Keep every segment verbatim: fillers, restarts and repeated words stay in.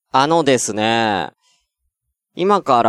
あのですね、今から、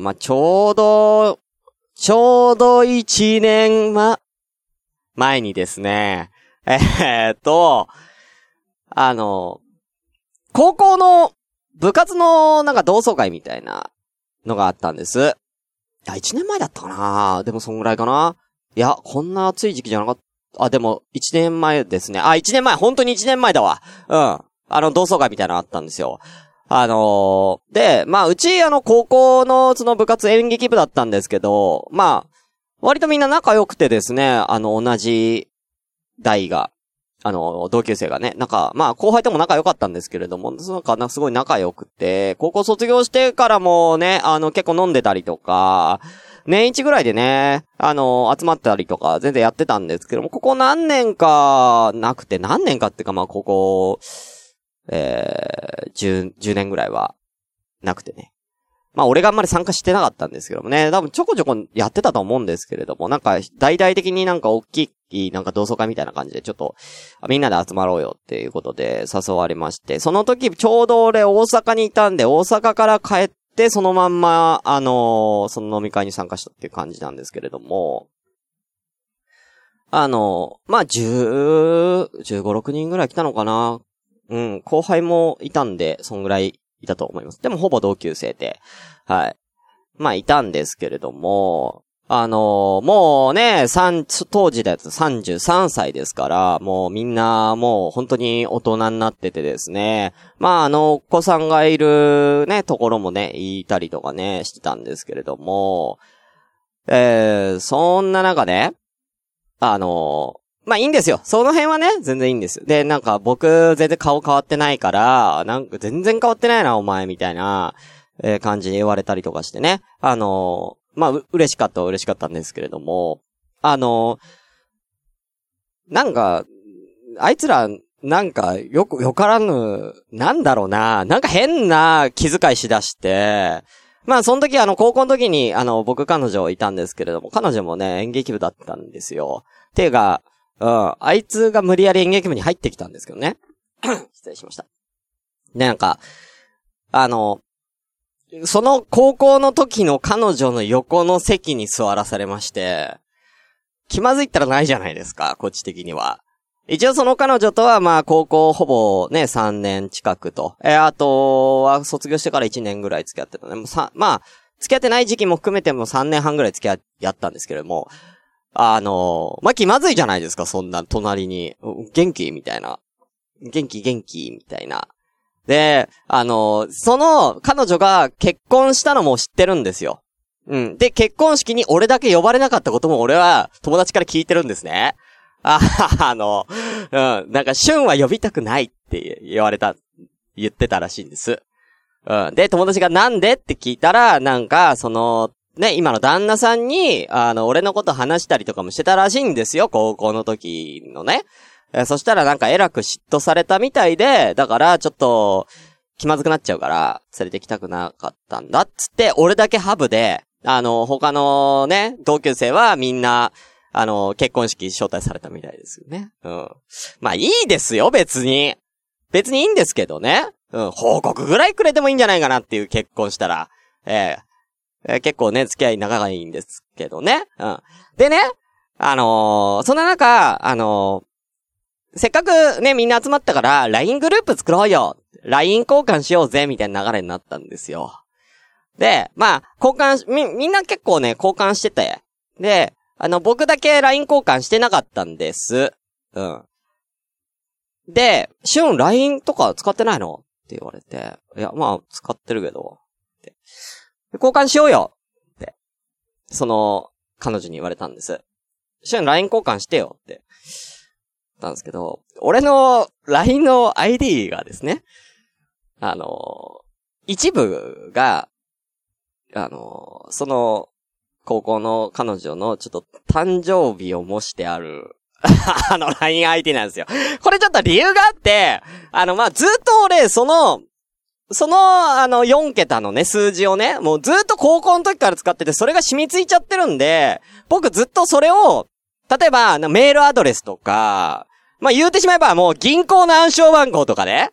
まあ、ちょうど、ちょうど一年ま、前にですね、えー、っと、あの、高校の部活のなんか同窓会みたいなのがあったんです。あ、一年前だったかな。でもそんぐらいかな。いや、こんな暑い時期じゃなかった。あ、でも一年前ですね。あ、一年前、本当に一年前だわ。うん。あの同窓会みたいなのあったんですよ。あのー、で、まあ、うち、あの、高校の、その部活演劇部だったんですけど、まあ、割とみんな仲良くてですね、あの、同じ代が、あの、同級生がね、なんか、まあ、後輩とも仲良かったんですけれども、なんか、すごい仲良くて、高校卒業してからもね、あの、結構飲んでたりとか、年一ぐらいでね、あの、集まったりとか、全然やってたんですけども、ここ何年か、なくて、何年かっていうか、まあ、ここ、えー、10、じゅうねんぐらいは、なくてね。まあ、俺があんまり参加してなかったんですけどもね、多分ちょこちょこやってたと思うんですけれども、なんか、大々的になんか大きい、なんか同窓会みたいな感じで、ちょっと、みんなで集まろうよっていうことで誘われまして、その時、ちょうど俺大阪にいたんで、大阪から帰って、そのまんま、あのー、その飲み会に参加したっていう感じなんですけれども、あのー、まあ、じゅう、じゅうご、ろくにんぐらい来たのかな。うん、後輩もいたんで、そんぐらいいたと思います。でもほぼ同級生で、はい。まあ、いたんですけれども、あのー、もうね、三、当時だとさんじゅうさんさいですから、もうみんなもう本当に大人になっててですね、まあ、あの、お子さんがいるね、ところもね、いたりとかね、してたんですけれども、えー、そんな中ね、あのー、まあいいんですよ。その辺はね、全然いいんです。で、なんか僕全然顔変わってないから、なんか全然変わってないなお前みたいな、えー、感じで言われたりとかしてね。あのー、まあう、嬉しかったは嬉しかったんですけれども、あのー、なんか、あいつら、なんか、よく、よからぬ、なんだろうな、なんか変な気遣いしだして、まあその時あの高校の時にあの僕彼女いたんですけれども、彼女もね演劇部だったんですよ。ていうか、うん。あいつが無理やり演劇部に入ってきたんですけどね。失礼しました。で、なんか、あの、その高校の時の彼女の横の席に座らされまして、気まずいったらないじゃないですか、こっち的には。一応その彼女とはまあ高校ほぼね、さんねん近くと。えー、あとは卒業してからいちねんぐらい付き合ってたね。もうさ、まあ、付き合ってない時期も含めてもさんねんはんぐらい付き合やったんですけれども、あのー、まあ、気まずいじゃないですか、そんな、隣に。元気みたいな。元気元気みたいな。で、あのー、その、彼女が結婚したのも知ってるんですよ。うん。で、結婚式に俺だけ呼ばれなかったことも俺は友達から聞いてるんですね。あ、あの、うん。なんか、シュンは呼びたくないって言われた、言ってたらしいんです。うん。で、友達がなんでって聞いたら、なんか、その、ね、今の旦那さんに、あの、俺のこと話したりとかもしてたらしいんですよ、高校の時のね。えそしたらなんか、えらく嫉妬されたみたいで、だから、ちょっと、気まずくなっちゃうから、連れてきたくなかったんだっつって、俺だけハブで、あの、他のね、同級生はみんな、あの、結婚式招待されたみたいですよね。うん。まあ、いいですよ、別に。別にいいんですけどね。うん、報告ぐらいくれてもいいんじゃないかなっていう結婚したら。えええー、結構ね、付き合い長いんですけどね。うん。でね、あのー、そんな中、あのー、せっかくね、みんな集まったから、ライン グループ作ろうよ。ライン 交換しようぜ、みたいな流れになったんですよ。で、まあ、交換し、み、みんな結構ね、交換してて。で、あの、僕だけ ライン 交換してなかったんです。うん。で、シュン ライン とか使ってないのって言われて。いや、まあ、使ってるけど。って交換しようよって、その、彼女に言われたんです。シュン ライン 交換してよって。言ったんですけど、俺の ライン の アイディー がですね、あの、一部が、あの、その、高校の彼女のちょっと誕生日を模してある、あの ライン アイディー なんですよ。これちょっと理由があって、あの、まあ、ずっと俺、その、その、あの、よん桁のね、数字をね、もうずっと高校の時から使ってて、それが染みついちゃってるんで、僕ずっとそれを、例えば、メールアドレスとか、まあ、言うてしまえばもう銀行の暗証番号とかね、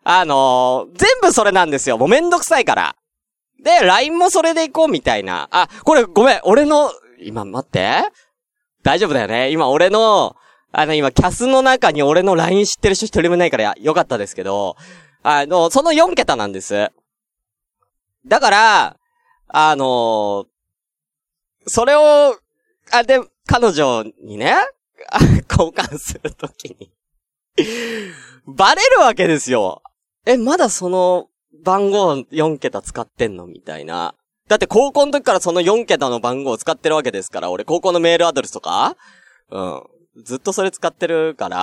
あのー、全部それなんですよ。もうめんどくさいから。で、ライン もそれで行こうみたいな。あ、これごめん、俺の、今待って。大丈夫だよね。今俺の、あの今キャスの中に俺の ライン 知ってる人一人もいないからよかったですけど、あの、そのよん桁なんです。だから、あのー、それを、あ、で、彼女にね、交換するときに、バレるわけですよ。え、まだその番号よん桁使ってんのみたいな。だって高校の時からそのよん桁の番号を使ってるわけですから、俺高校のメールアドレスとかうん。ずっとそれ使ってるから、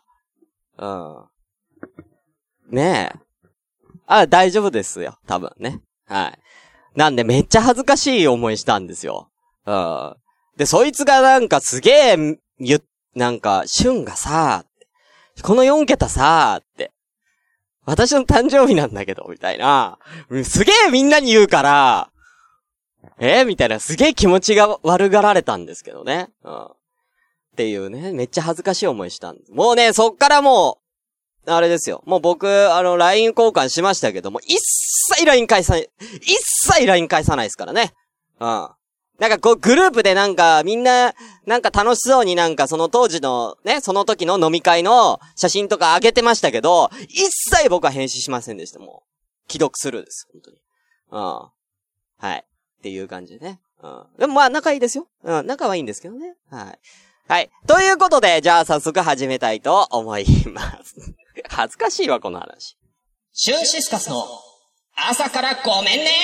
うん。ねえ。あ、大丈夫ですよ。多分ね。はい。なんでめっちゃ恥ずかしい思いしたんですよ。うん。で、そいつがなんかすげえ、ゆ、なんか、シュンがさ、このよん桁さ、って。私の誕生日なんだけど、みたいな。すげえみんなに言うから、えー、みたいな、すげえ気持ちが悪がられたんですけどね。うん。っていうね、めっちゃ恥ずかしい思いしたんです。もうね、そっからもう、あれですよ。もう僕、あの、ライン 交換しましたけども、一切 ライン 返さない、一切 ライン 返さないですからね。うん。なんかこう、グループでなんか、みんな、なんか楽しそうになんかその当時の、ね、その時の飲み会の写真とか上げてましたけど、一切僕は返信しませんでした。もう、既読スルーです。本当に。うん。はい。っていう感じでね。うん。でもまあ、仲いいですよ。うん。仲はいいんですけどね。はい。はい。ということで、じゃあ早速始めたいと思います。恥ずかしいわ、この話。 シュンシスカスの朝からごめんね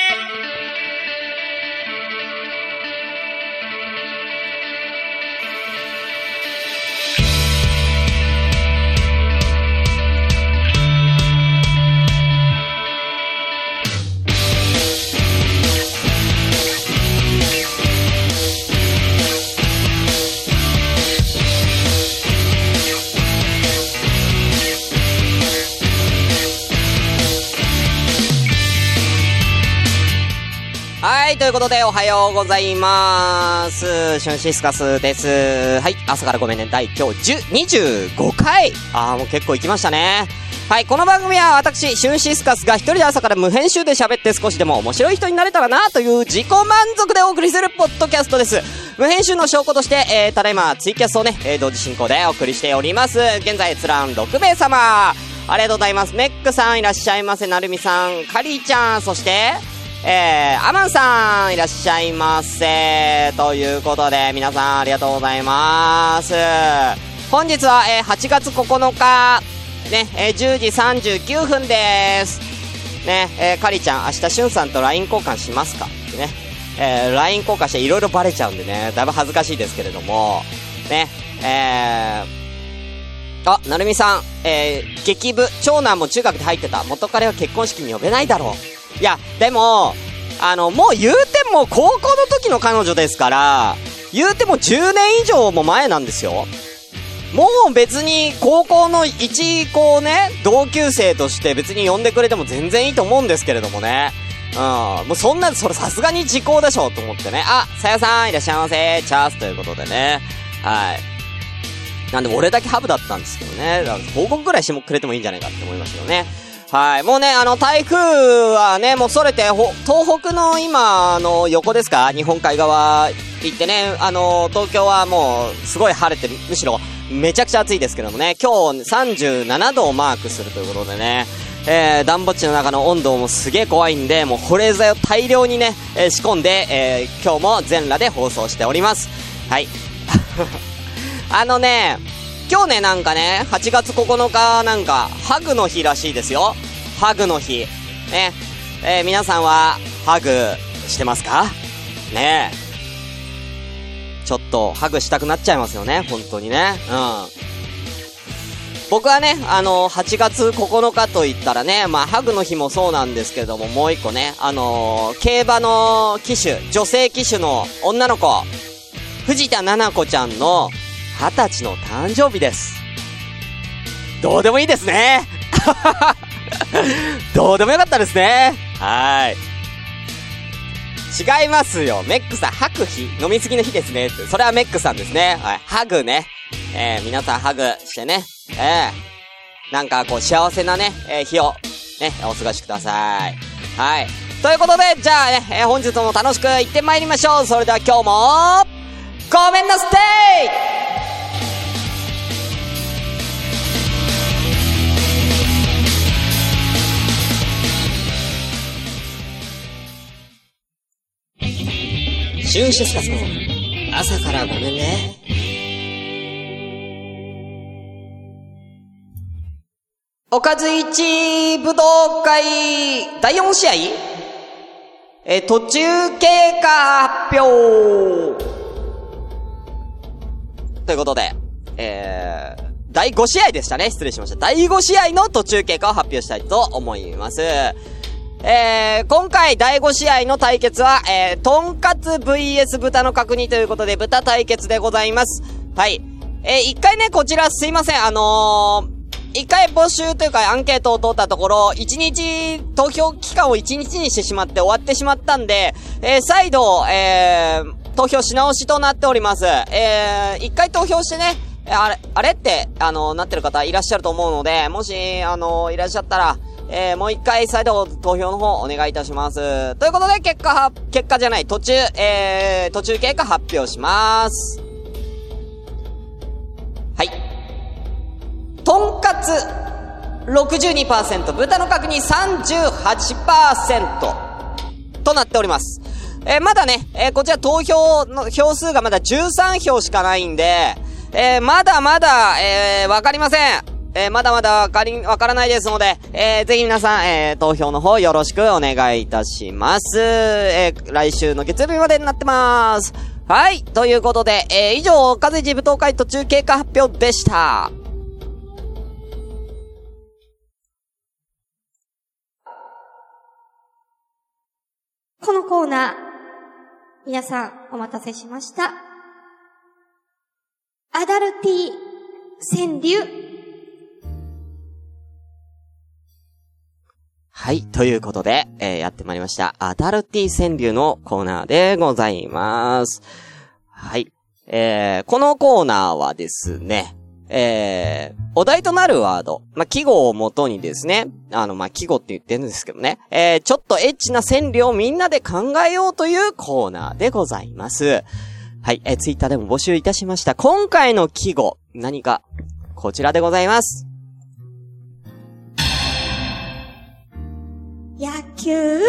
はい、ということでおはようございます。シュンシスカスです。はい、朝からごめんね。第今日にじゅうごかい。あー、もう結構行きましたね。はい、この番組は私、シュンシスカスが一人で朝から無編集で喋って少しでも面白い人になれたらなという自己満足でお送りするポッドキャストです。無編集の証拠として、えー、ただいまツイキャスをね、えー、同時進行でお送りしております。現在閲覧ろくめいさま。ありがとうございます。メックさんいらっしゃいませ。なるみさん、カリーちゃん、そして、えー、アマンさんいらっしゃいませ。ということで、皆さんありがとうございます。本日は、えー、はちがつここのか、ね、えー、じゅうじさんじゅうきゅうふんです。ね、えー、カリちゃん、明日しゅんさんと ライン 交換しますかってね。えー、ライン 交換していろいろバレちゃうんでね、だいぶ恥ずかしいですけれども、ね、えー、あ、なるみさん、えー、劇部、長男も中学で入ってた。元彼は結婚式に呼べないだろう。いや、でも、あの、もう言うても高校の時の彼女ですから、言うてもじゅうねん以上も前なんですよ。もう別に高校の一、こうね、同級生として別に呼んでくれても全然いいと思うんですけれどもね。うん。もうそんな、それさすがに時効でしょと思ってね。あ、さやさんいらっしゃいませ。チャースということでね。はい。なんで俺だけハブだったんですけどね。だから報告ぐらいしてくれてもいいんじゃないかって思いましたよね。はい。もうね、あの、台風はね、もうそれて、東北の今、あの、横ですか？日本海側行ってね、あの、東京はもう、すごい晴れて、むしろ、めちゃくちゃ暑いですけどもね、今日さんじゅうななどをマークするということでね、えー、暖房地の中の温度もすげえ怖いんで、もう保冷剤を大量にね、えー、仕込んで、えー、今日も全裸で放送しております。はい。あのね、今日ね、なんかね、はちがつここのかなんか、ハグの日らしいですよ。ハグの日。ね。えー、皆さんは、ハグしてますか？ねえ。ちょっと、ハグしたくなっちゃいますよね。本当にね。うん。僕はね、あのー、はちがつここのかと言ったらね、まあ、ハグの日もそうなんですけれども、もう一個ね、あのー、競馬の騎手、女性騎手の女の子、藤田七子ちゃんの、二十歳の誕生日です。どうでもいいですね。どうでもよかったですね。はい。違いますよ。メックさん、吐く日、飲みすぎの日ですね。それはメックさんですね。はい。ハグね。えー、皆さんハグしてね。えなんかこう幸せなね、えー、日を、ね、お過ごしください。はい。ということで、じゃあね、えー、本日も楽しく行ってまいりましょう。それでは今日も、ごめんなさい。シュンシスカスの朝からごめんね。おかずいち武道会だいよん試合、えー、途中経過発表ということで、えー、だいご試合でしたね。失礼しました。だいご試合の途中経過を発表したいと思います。えー、今回だいご試合の対決は、えー、とんかつ ブイエス 豚の角煮ということで、豚対決でございます。はい。えー、一回ね、こちらすいません。あのー、一回募集というかアンケートを取ったところ、一日、投票期間を一日にしてしまって終わってしまったんで、えー、再度、えー、投票し直しとなっております。えー、一回投票してね、あれ、あれって、あの、なってる方いらっしゃると思うので、もし、あの、いらっしゃったら、えー、もう一回再度投票の方お願いいたします。ということで、結果は、結果じゃない、途中、えー、途中経過発表します。はい。とんかつ ろくじゅうにパーセント、豚の角煮 さんじゅうはちパーセント となっております。えー、まだね、えー、こちら投票の票数がまだじゅうさん票しかないんで、えー、まだまだ、えー、わかりません。えー、まだまだわかり、わからないですので、えー、ぜひ皆さん、えー、投票の方よろしくお願いいたします。えー、来週の月曜日までになってます。はい。ということで、えー、以上、おかずいち舞踏会途中経過発表でした。 このコーナー、皆さんお待たせしました。アダルティ川柳。 はい。ということで、えー、やってまいりました。アダルティ川柳のコーナーでございます。はい。えー、このコーナーはですね、えー、お題となるワード、まあ、記号をもとにですね、あの、まあ、記号って言ってるんですけどね、えー、ちょっとエッチな川柳をみんなで考えようというコーナーでございます。はい、えー、ツイッターでも募集いたしました。今回の記号、何か、こちらでございます。 野球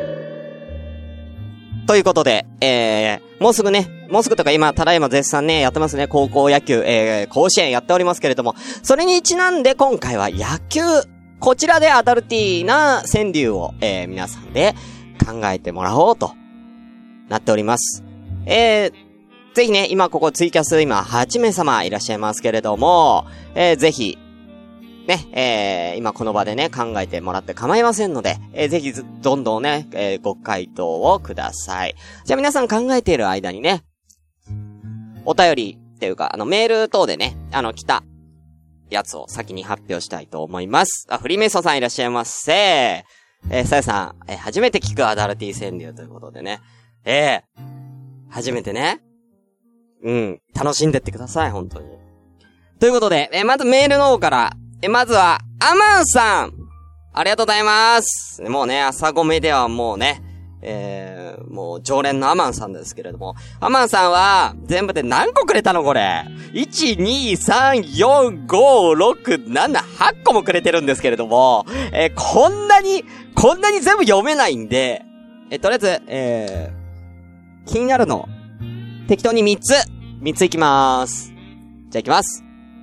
ということで、えー、もうすぐね、もうすぐとか今、ただいま絶賛ね、やってますね、高校野球、えー、甲子園やっておりますけれども、それにちなんで今回は野球、こちらでアダルティーな川柳を、えー、皆さんで考えてもらおうと、なっております。えー、ぜひね、今ここツイキャス、今はちめい様いらっしゃいますけれども、えー、ぜひ、ね、えー、今この場でね、考えてもらって構いませんので、えー、ぜひず、どんどんね、えー、ご回答をください。じゃあ皆さん考えている間にね、お便りっていうか、あの、メール等でね、あの、来たやつを先に発表したいと思います。あ、フリーメイソンさんいらっしゃいませ。えー、さやさん、えー、初めて聞くアダルティ川柳ということでね、えー、初めてね、うん、楽しんでってください、本当に。ということで、えー、まずメールの方から、え、まずは、アマンさんありがとうございます。もうね、朝ごめではもうね、えー、もう常連のアマンさんですけれども、アマンさんは、全部で何個くれたのこれ ?いち、に、さん、よん、ご、ろく、なな、はち個もくれてるんですけれども、えー、こんなに、こんなに全部読めないんで、え、とりあえず、えー、気になるの、適当にみっつ、みっついきまーす。じゃあいきます。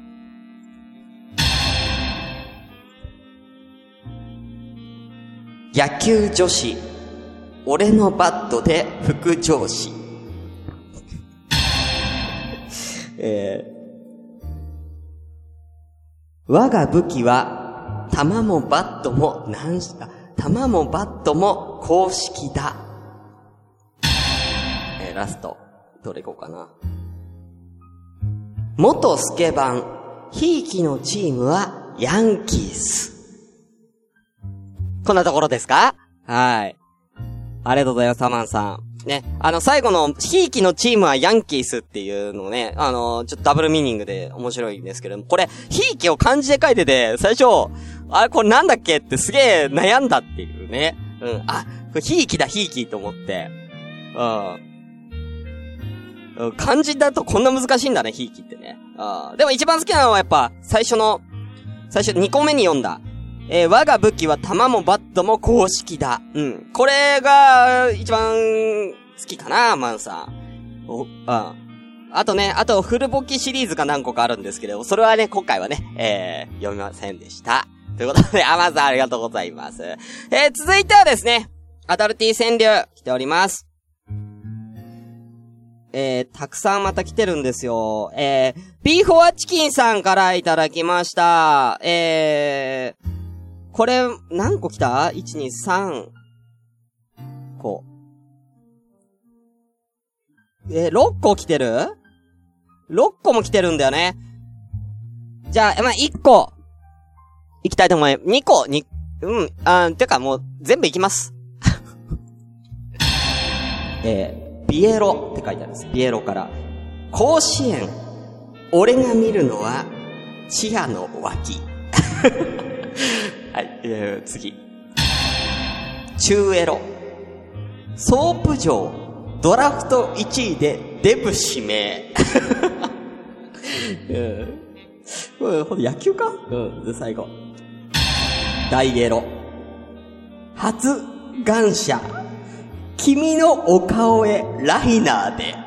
野球女子、俺のバットで副上司。えー、我が武器は、球もバットも何し、球もバットも公式だ。えー、ラスト、どれいこうかな。元スケバン、ひいきのチームはヤンキース。こんなところですか？はい。ありがとうございます、サマンさん。 ね、あの、最後の、ひいきのチームはヤンキースっていうのね、あの、ちょっとダブルミーニングで面白いんですけども、これ、ひいきを漢字で書いてて、最初、あれこれなんだっけってすげえ悩んだっていうね。うん、あ、これひいきだ、ひいきと思って。うん。漢字だとこんな難しいんだね、ひいきってね。うん。でも一番好きなのはやっぱ、最初の、最初にこめに読んだ。えー、我が武器は弾もバットも公式だ。うん。これが、一番好きかな、マンさん。お、うん。あとね、あと、フルボキシリーズが何個かあるんですけど、それはね、今回はね、えー、読みませんでした。ということで、アマンさんありがとうございます。えー、続いてはですね、アダルティ川柳、来ております。えー、たくさんまた来てるんですよ。えー、ビーフォアチキンさんからいただきました。えー、これ、何個来た ?いち、に、さん 個。えー、ろっこ来てる ?ろっ 個も来てるんだよね。じゃあ、まあ、いっこ。いきたいと思います。にこ、に、うん、あー、てかもう、全部いきます。えー、ビエロって書いてあるんです。ビエロから。甲子園。俺が見るのは、チアの脇。はい、えー、次。中エロ。ソープ場。ドラフトいちいでデブ指名。うん。うん、ほんと野球か？うん、で、最後。大エロ。初感謝。君のお顔へライナーで。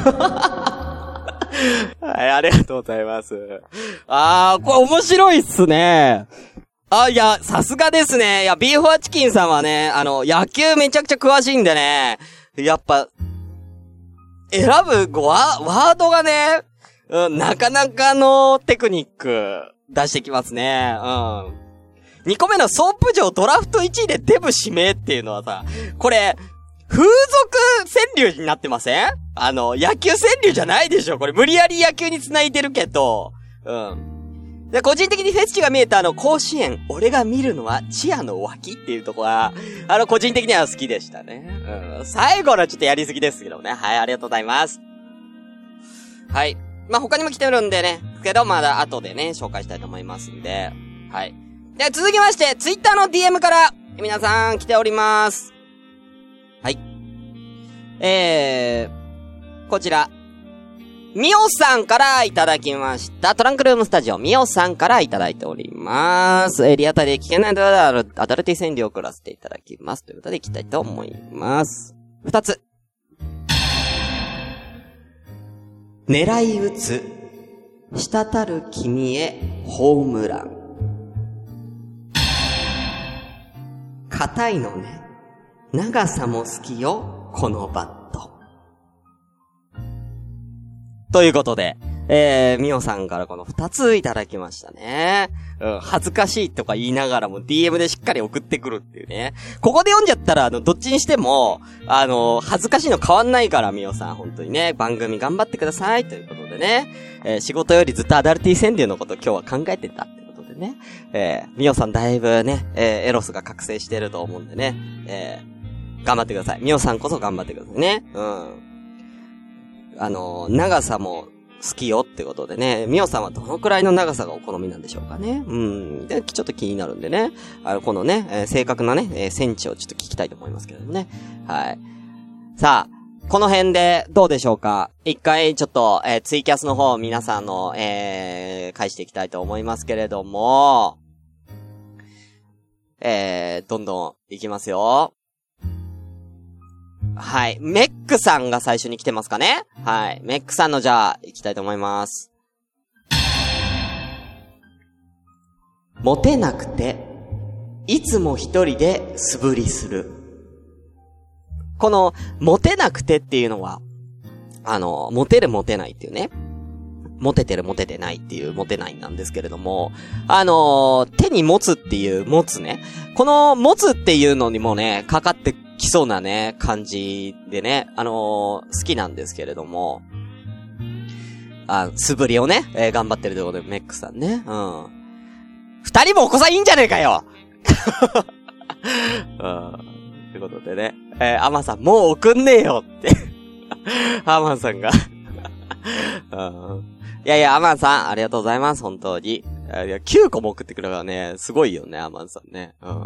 はい、ありがとうございます。あー、これ面白いっすね。あ、いや、さすがですね。いや、ビーフォアチキンさんはね、あの、野球めちゃくちゃ詳しいんでね。やっぱ、選ぶワ、ワードがね、うん、なかなかのテクニック出してきますね。うん。にこめのソープ場ドラフトいちいでデブ指名っていうのはさ、これ、風俗川柳になってません？あの、野球川柳じゃないでしょこれ無理やり野球に繋いでるけど、うん。で、個人的にフェスチが見えたあの、甲子園、俺が見るのはチアの脇っていうとこは、あの、個人的には好きでしたね。うん。最後のはちょっとやりすぎですけどね。はい、ありがとうございます。はい。まあ、他にも来てるんでね。けど、まだ後でね、紹介したいと思いますんで。はい。では続きまして、ツイッターの ディーエム から、皆さん来ております。はい。えー、こちら。みおさんからいただきました。トランクルームスタジオ、みおさんからいただいております。えー、リアタイで聞けないのでアダルティ川柳を送らせていただきます。ということで、いきたいと思います。二つ。狙い撃つ、滴る君へ、ホームラン。硬いのね。長さも好きよ、このバット。ということで、えー、みおさんからこの二ついただきましたね。うん、恥ずかしいとか言いながらも ディーエム でしっかり送ってくるっていうね。ここで読んじゃったら、あの、どっちにしても、あの、恥ずかしいの変わんないから、みおさん、本当にね、番組頑張ってください、ということでね。えー、仕事よりずっとアダルティ川柳のこと今日は考えてたってことでね。えー、みおさんだいぶね、えー、エロスが覚醒してると思うんでね。えー、頑張ってください。みおさんこそ頑張ってくださいね。うん。あの、長さも好きよってことでね、みおさんはどのくらいの長さがお好みなんでしょうかね。うん。で、ちょっと気になるんでね。あの、このね、えー、正確なね、えー、センチをちょっと聞きたいと思いますけどもね。はい。さあ、この辺でどうでしょうか。一回ちょっと、えー、ツイキャスの方皆さんの、えー、返していきたいと思いますけれども、えー、どんどんいきますよ。はい。メックさんが最初に来てますかね。はい。メックさんのじゃあ、行きたいと思います。モテなくて、いつも一人で素振りする。この、モテなくてっていうのは、あの、モテるモテないっていうね。モテてるモテてないっていうモテないなんですけれども、あのー、手に持つっていう持つね。この持つっていうのにもね、かかってきそうなね、感じでね、あのー、好きなんですけれども、あ、素振りをね、えー、頑張ってるということで、メックさんね、うん。二人もお子さんいいんじゃねえかようん。ということでね、 えー、アマンさん、もう送んねえよって。アマンさんが。うん、いやいや、アマンさん、ありがとうございます、本当に。いや、きゅうこも送ってくれるからね、すごいよね、アマンさんね。うん。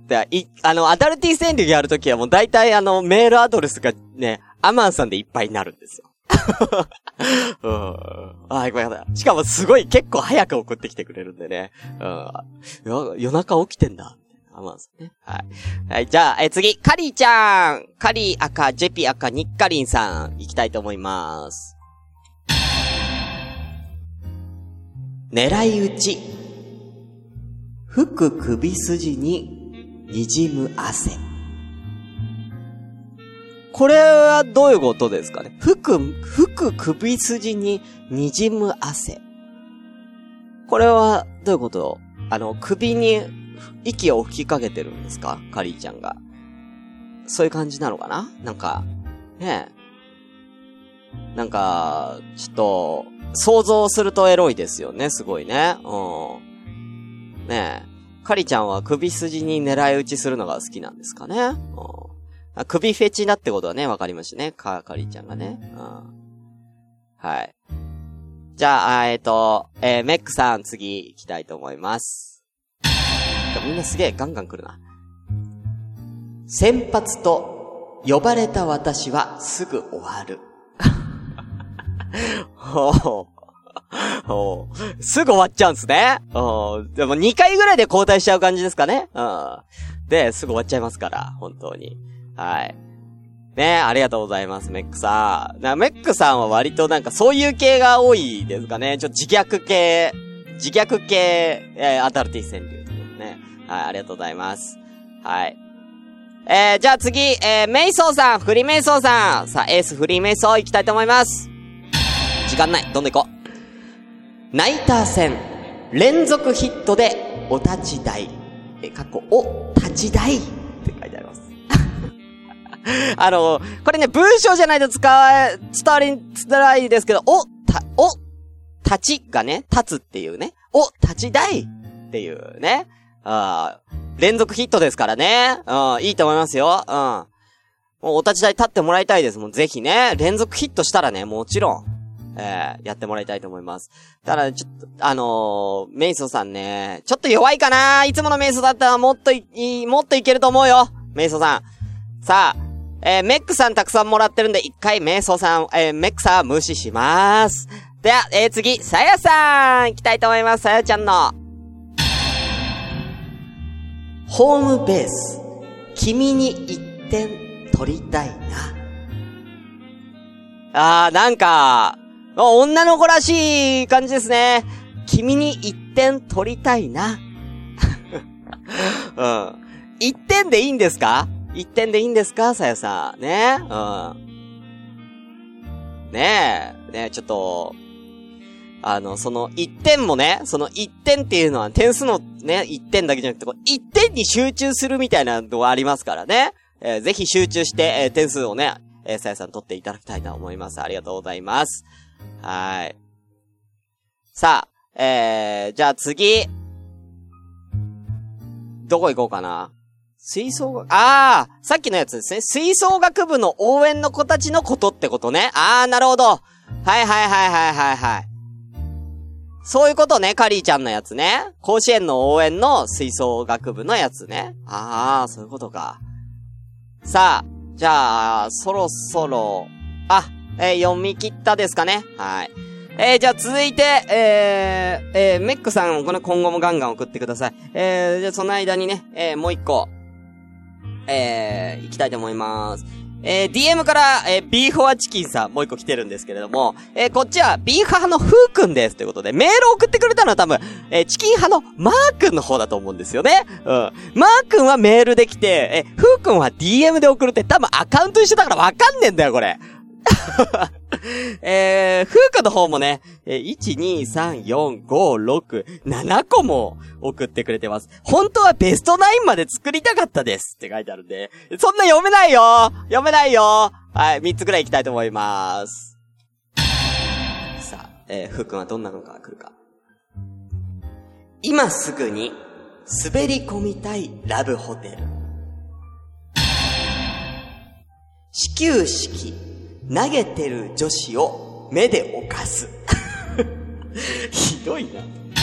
で、い、あの、アダルティ戦略やるときはもう大体あの、メールアドレスがね、アマンさんでいっぱいになるんですよ。うん。あ、よかった。しかもすごい結構早く送ってきてくれるんでね。うん。夜中起きてんだ。アマンさんね。はい。はい、じゃあ、え、次、カリーちゃん。カリー赤、ジェピ赤、ニッカリンさん、行きたいと思います。狙い撃ち。吹く首筋に滲む汗。これはどういうことですかね。吹く、吹く首筋に滲む汗。これはどういうこと？あの、首に息を吹きかけてるんですか？カリーちゃんが。そういう感じなのかな？なんか、ねえ。なんか、ちょっと、想像するとエロいですよね、すごいね。うん。ねえ。カリちゃんは首筋に狙い撃ちするのが好きなんですかね。うん。首フェチだってことはね、わかりましたね。か、カリちゃんがね。うん。はい。じゃあ、えっと、えー、メックさん次行きたいと思います。みんなすげえガンガン来るな。先発と呼ばれた私はすぐ終わる。ほう。ほう。すぐ終わっちゃうんすね。でもにかいぐらいで交代しちゃう感じですかね。うん。で、すぐ終わっちゃいますから、本当に。はい。ね、ありがとうございます、メックさん。な、メックさんは割となんかそういう系が多いですかね。ちょっと自虐系、自虐系、えー、アダルティ川柳というね。はい、ありがとうございます。はい。えー、じゃあ次、えー、メイソーさん、フリーメイソーさん。さあ、エースフリーメイソー行きたいと思います。時間ない。どんどん行こう。ナイター戦、連続ヒットでお立ち台。え、かっこ、お立ち台って書いてあります。あの、これね、文章じゃないと使わ、伝わりづらいですけど、お、た、お、立ちがね、立つっていうね、お、立ち台っていうね、あ連続ヒットですからね、うん、いいと思いますよ、うん。もうお立ち台立ってもらいたいですもん、ぜひね、連続ヒットしたらね、もちろん、えー、やってもらいたいと思います。ただ、ちょっと、あのー、メイソさんね、ちょっと弱いかないつものメイソだったらもっとい、いもっといけると思うよ、メイソさん。さあ、えー、メックさんたくさんもらってるんで、一回メイソさん、えー、メックさん無視しまーす。では、えー、次、さやさん行きたいと思います。さやちゃんの。ホームベース、君に一点取りたいな。あー、なんか、女の子らしい感じですね。君に一点取りたいな。うん。一点でいいんですか？一点でいいんですか？さやさん。ね。うん。ねえ。ねえ、ちょっと、あの、その一点もね、その一点っていうのは点数のね、一点だけじゃなくて、こう一点に集中するみたいなのがありますからね。えー、ぜひ集中して、えー、点数をね、えー、さやさん取っていただきたいと思います。ありがとうございます。はい。さあ、えー、じゃあ次。どこ行こうかな。吹奏楽、あー、さっきのやつですね。吹奏楽部の応援の子たちのことってことね。あー、なるほど。はいはいはいはいはいはい。そういうことね、カリーちゃんのやつね。甲子園の応援の吹奏楽部のやつね。あー、そういうことか。さあ、じゃあ、そろそろ、あ、えー、読み切ったですかね。はい。えー、じゃあ続いて、えー、えー、メックさん、この今後もガンガン送ってください。えー、じゃあその間にね、えー、もう一個、えー、行きたいと思います。えー、ディーエム から、えー、ビーフォアチキンさん、もう一個来てるんですけれども、えー、こっちは、ビーフ派のフーくんです。ということで、メールを送ってくれたのは多分、えー、チキン派のマーくんの方だと思うんですよね。うん。マーくんはメールで来て、えー、フーくんは ディーエム で送るって多分アカウント一緒だからわかんねえんだよ、これ。えー、フークの方もね、えー、いち、に、さん、よん、ご、ろく、ななこも送ってくれてます。本当はベストナインまで作りたかったですって書いてあるんで、そんな読めないよ読めないよはい、みっつくらい行きたいと思います。さあ、えー、フーくんはどんなのが来るか。今すぐに滑り込みたいラブホテル。 始球式、投げてる女子を目で犯す。ひどいな。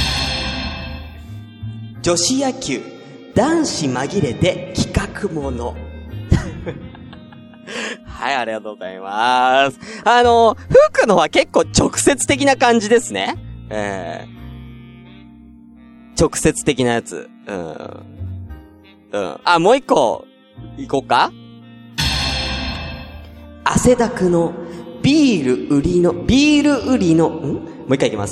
女子野球、男子紛れて企画もの。はい、ありがとうございます。あの、吹くのは結構直接的な感じですね。えー、直接的なやつ。うん。うん。あ、もう一個、行こうか。汗だくのビール売りの、ビール売りの、んもう一回行きます。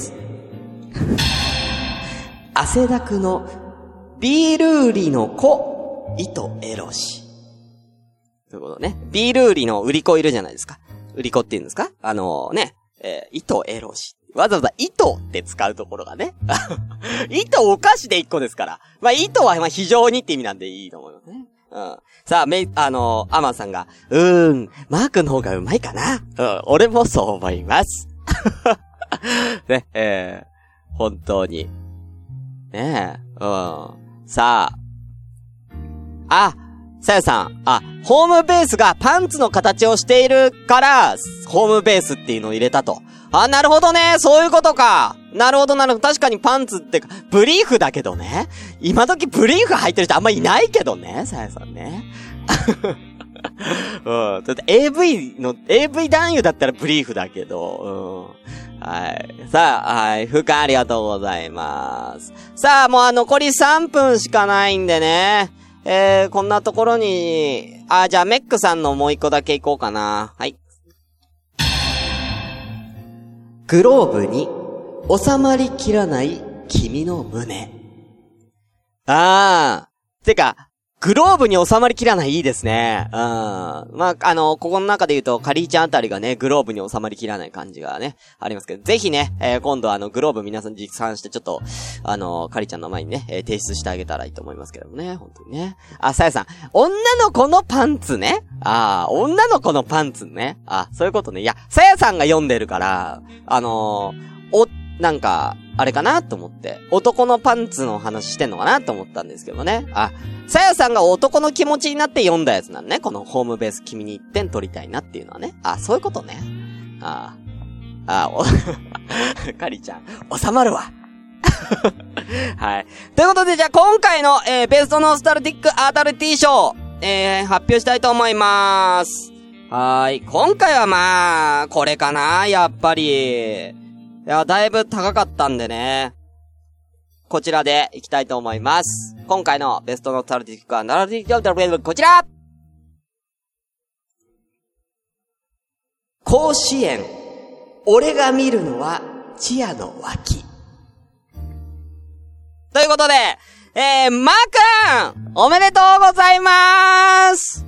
汗だくのビール売りの子、糸エロシ。ということね。ビール売りの売り子いるじゃないですか。売り子って言うんですか？あのー、ね、えー、糸エロシ。わざわざ糸って使うところがね。糸お菓子で一個ですから。まあ、糸はまあ非常にって意味なんでいいと思いますね。うん。さあ、め、あのー、アマンさんが、うーん、マークの方がうまいかな。うん、俺もそう思います。ね、えー、本当に。ねえ、うん。さあ。あ、さやさん。あ、ホームベースがパンツの形をしているから、ホームベースっていうのを入れたと。あ、なるほどね。そういうことか。なるほどなるほど。確かにパンツってか、ブリーフだけどね。今時ブリーフ履いてる人あんまいないけどね。さやさんね。うん。だって エーブイ の、エーブイ 男優だったらブリーフだけど、うん。はい。さあ、はい。ふかありがとうございます。さあ、もうあ残りさんぷんしかないんでね。えー、こんなところに、あ、じゃあメックさんのもう一個だけいこうかな。はい。グローブに収まりきらない君の胸。あー。てか、グローブに収まりきらないいいですね。うん。まあ、あの、ここの中で言うと、カリーちゃんあたりがね、グローブに収まりきらない感じがね、ありますけど、ぜひね、えー、今度あの、グローブ皆さん実産して、ちょっと、あの、カリーちゃんの前にね、えー、提出してあげたらいいと思いますけどもね、本当にね。あ、さやさん、女の子のパンツね。あー、女の子のパンツね。あ、そういうことね。いや、さやさんが読んでるから、あのー、お、なんか、あれかなと思って、男のパンツの話してんのかなと思ったんですけどね。あ、さやさんが男の気持ちになって読んだやつなんね。このホームベース君にいってん取りたいなっていうのはね。あ、そういうことね。ああ、あお、カリちゃん、収まるわ。はい。ということで、じゃあ今回の、えー、ベストノスタルディックアダルティー賞、えー、発表したいと思います。はーい。今回はまあ、これかな、やっぱり。いや、だいぶ高かったんでね。こちらでいきたいと思います。今回のベストノスタルディックアダルティー賞、こちら！甲子園、俺が見るのはチアの脇。ということで、えー、マー君、おめでとうございまーす。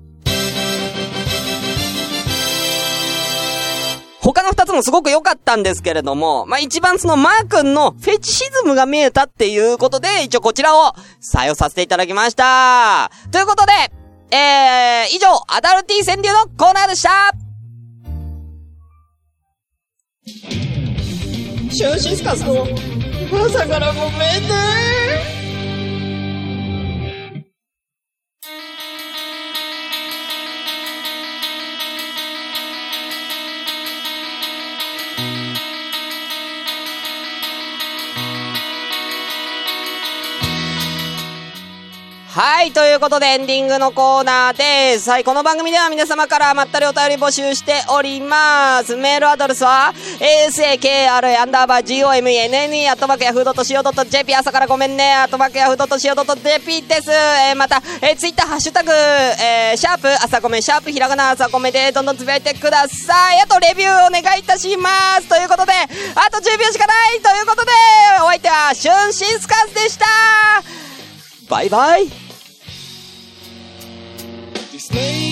他の二つもすごく良かったんですけれども、まあ、一番そのマー君のフェチシズムが見えたっていうことで、一応こちらを採用させていただきました。ということで、えー、以上、アダルティー川柳のコーナーでした。シュンシスカスの朝からごめんね。はい、ということでエンディングのコーナーです。はい、この番組では皆様からまったりお便り募集しております。メールアドレスは エーエスエーケーアール アンダーバー ジーオーエムイーエヌエヌイー アットマークヤフードットシーオードットジェーピー 朝からごめんねアットマークヤフードットシーオードットジェーピー です。えー、また、えー、ツイッターハッシュタグ、えー、シャープ朝ごめシャープひらがな朝ごめでどんどんつぶやいてください。あとレビューお願いいたします。ということで、あとじゅうびょうしかないということで、お相手はシュンシスカスでした。バイバイ。Disney